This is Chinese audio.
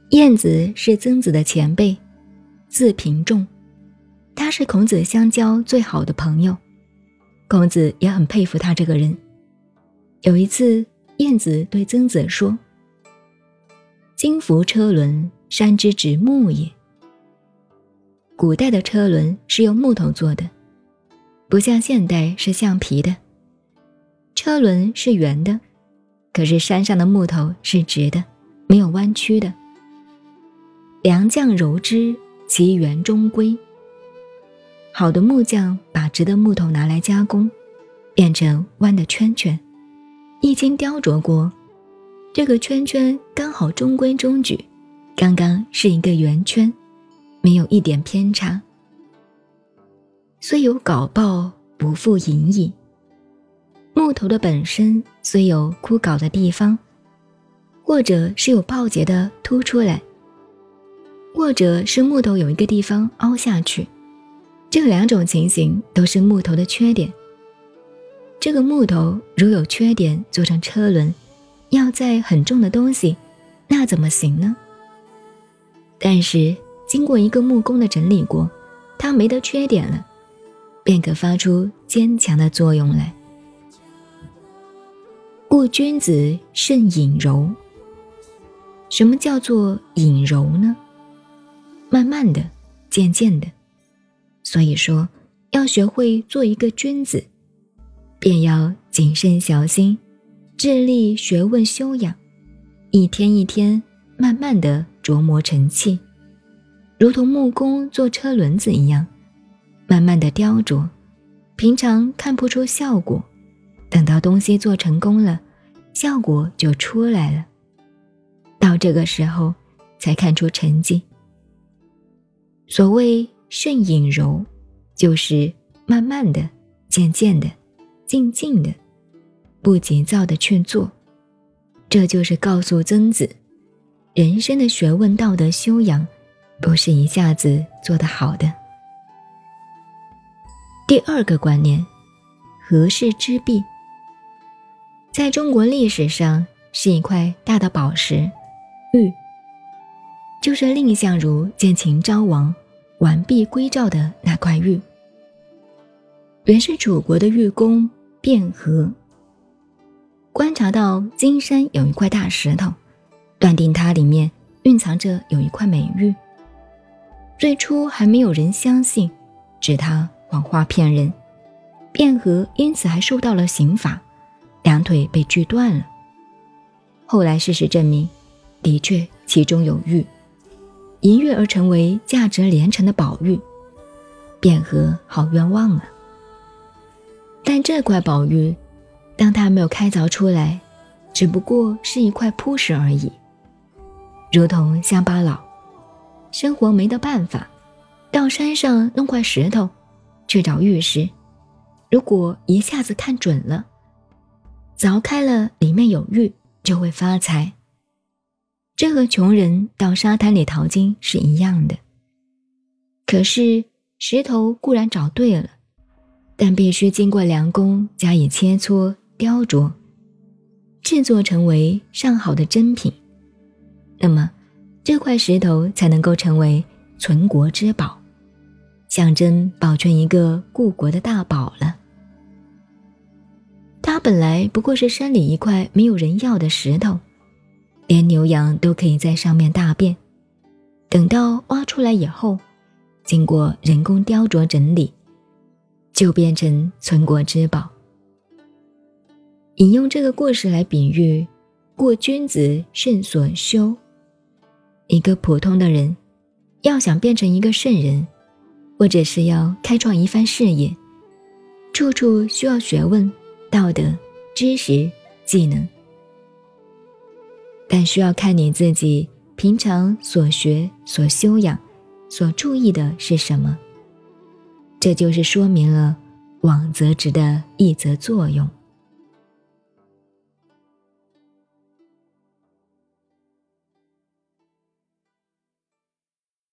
晏子是曾子的前辈，字平仲，他是孔子相交最好的朋友，孔子也很佩服他这个人。有一次，晏子对曾子说：今夫车轮，山之指木也。古代的车轮是用木头做的，不像现代是橡皮的。车轮是圆的，可是山上的木头是直的，没有弯曲的。良匠揉之，其圆中归。好的木匠把直的木头拿来加工，变成弯的圈圈，一经雕琢过，这个圈圈刚好中规中矩，刚刚是一个圆圈，没有一点偏差。虽有槁爆，不复隐矣。木头的本身虽有枯槁的地方，或者是有爆节的凸出来，或者是木头有一个地方凹下去，这两种情形都是木头的缺点。这个木头如有缺点做成车轮，要载很重的东西，那怎么行呢？但是经过一个木工的整理过，它没得缺点了，便可发出坚强的作用来。故君子慎隐柔。什么叫做隐柔呢？慢慢的，渐渐的。所以说，要学会做一个君子，便要谨慎小心，致力学问修养，一天一天慢慢的琢磨成器，如同木工做车轮子一样，慢慢的雕琢，平常看不出效果，等到东西做成功了，效果就出来了，到这个时候才看出成绩。所谓慎隐柔，就是慢慢的、渐渐的、静静的，不急躁的去做。这就是告诉曾子，人生的学问道德修养不是一下子做得好的。第二个观念，和氏之璧。在中国历史上是一块大的宝石，玉，就是蔺相如见秦昭王完璧归赵的那块玉。原是楚国的玉工卞和，观察到金山有一块大石头，断定它里面蕴藏着有一块美玉。最初还没有人相信，指他谎话骗人，卞和因此还受到了刑罚，两腿被锯断了。后来事实证明，的确其中有玉，一跃而成为价值连城的宝玉，卞和好冤枉啊。但这块宝玉，当它没有开凿出来，只不过是一块铺石而已，如同乡巴佬生活没得办法，到山上弄块石头去找玉石，如果一下子看准了，凿开了里面有玉，就会发财。这和穷人到沙滩里淘金是一样的。可是石头固然找对了，但必须经过良工加以切磋雕琢，制作成为上好的珍品，那么这块石头才能够成为存国之宝，象征保全一个故国的大宝了。它本来不过是山里一块没有人要的石头，连牛羊都可以在上面大便，等到挖出来以后，经过人工雕琢整理，就变成存国之宝。引用这个故事来比喻，过君子慎所修。一个普通的人要想变成一个圣人，或者是要开创一番事业，处处需要学问、道德、知识、技能，但需要看你自己平常所学、所修养、所注意的是什么。这就是说明了往则直的一则作用。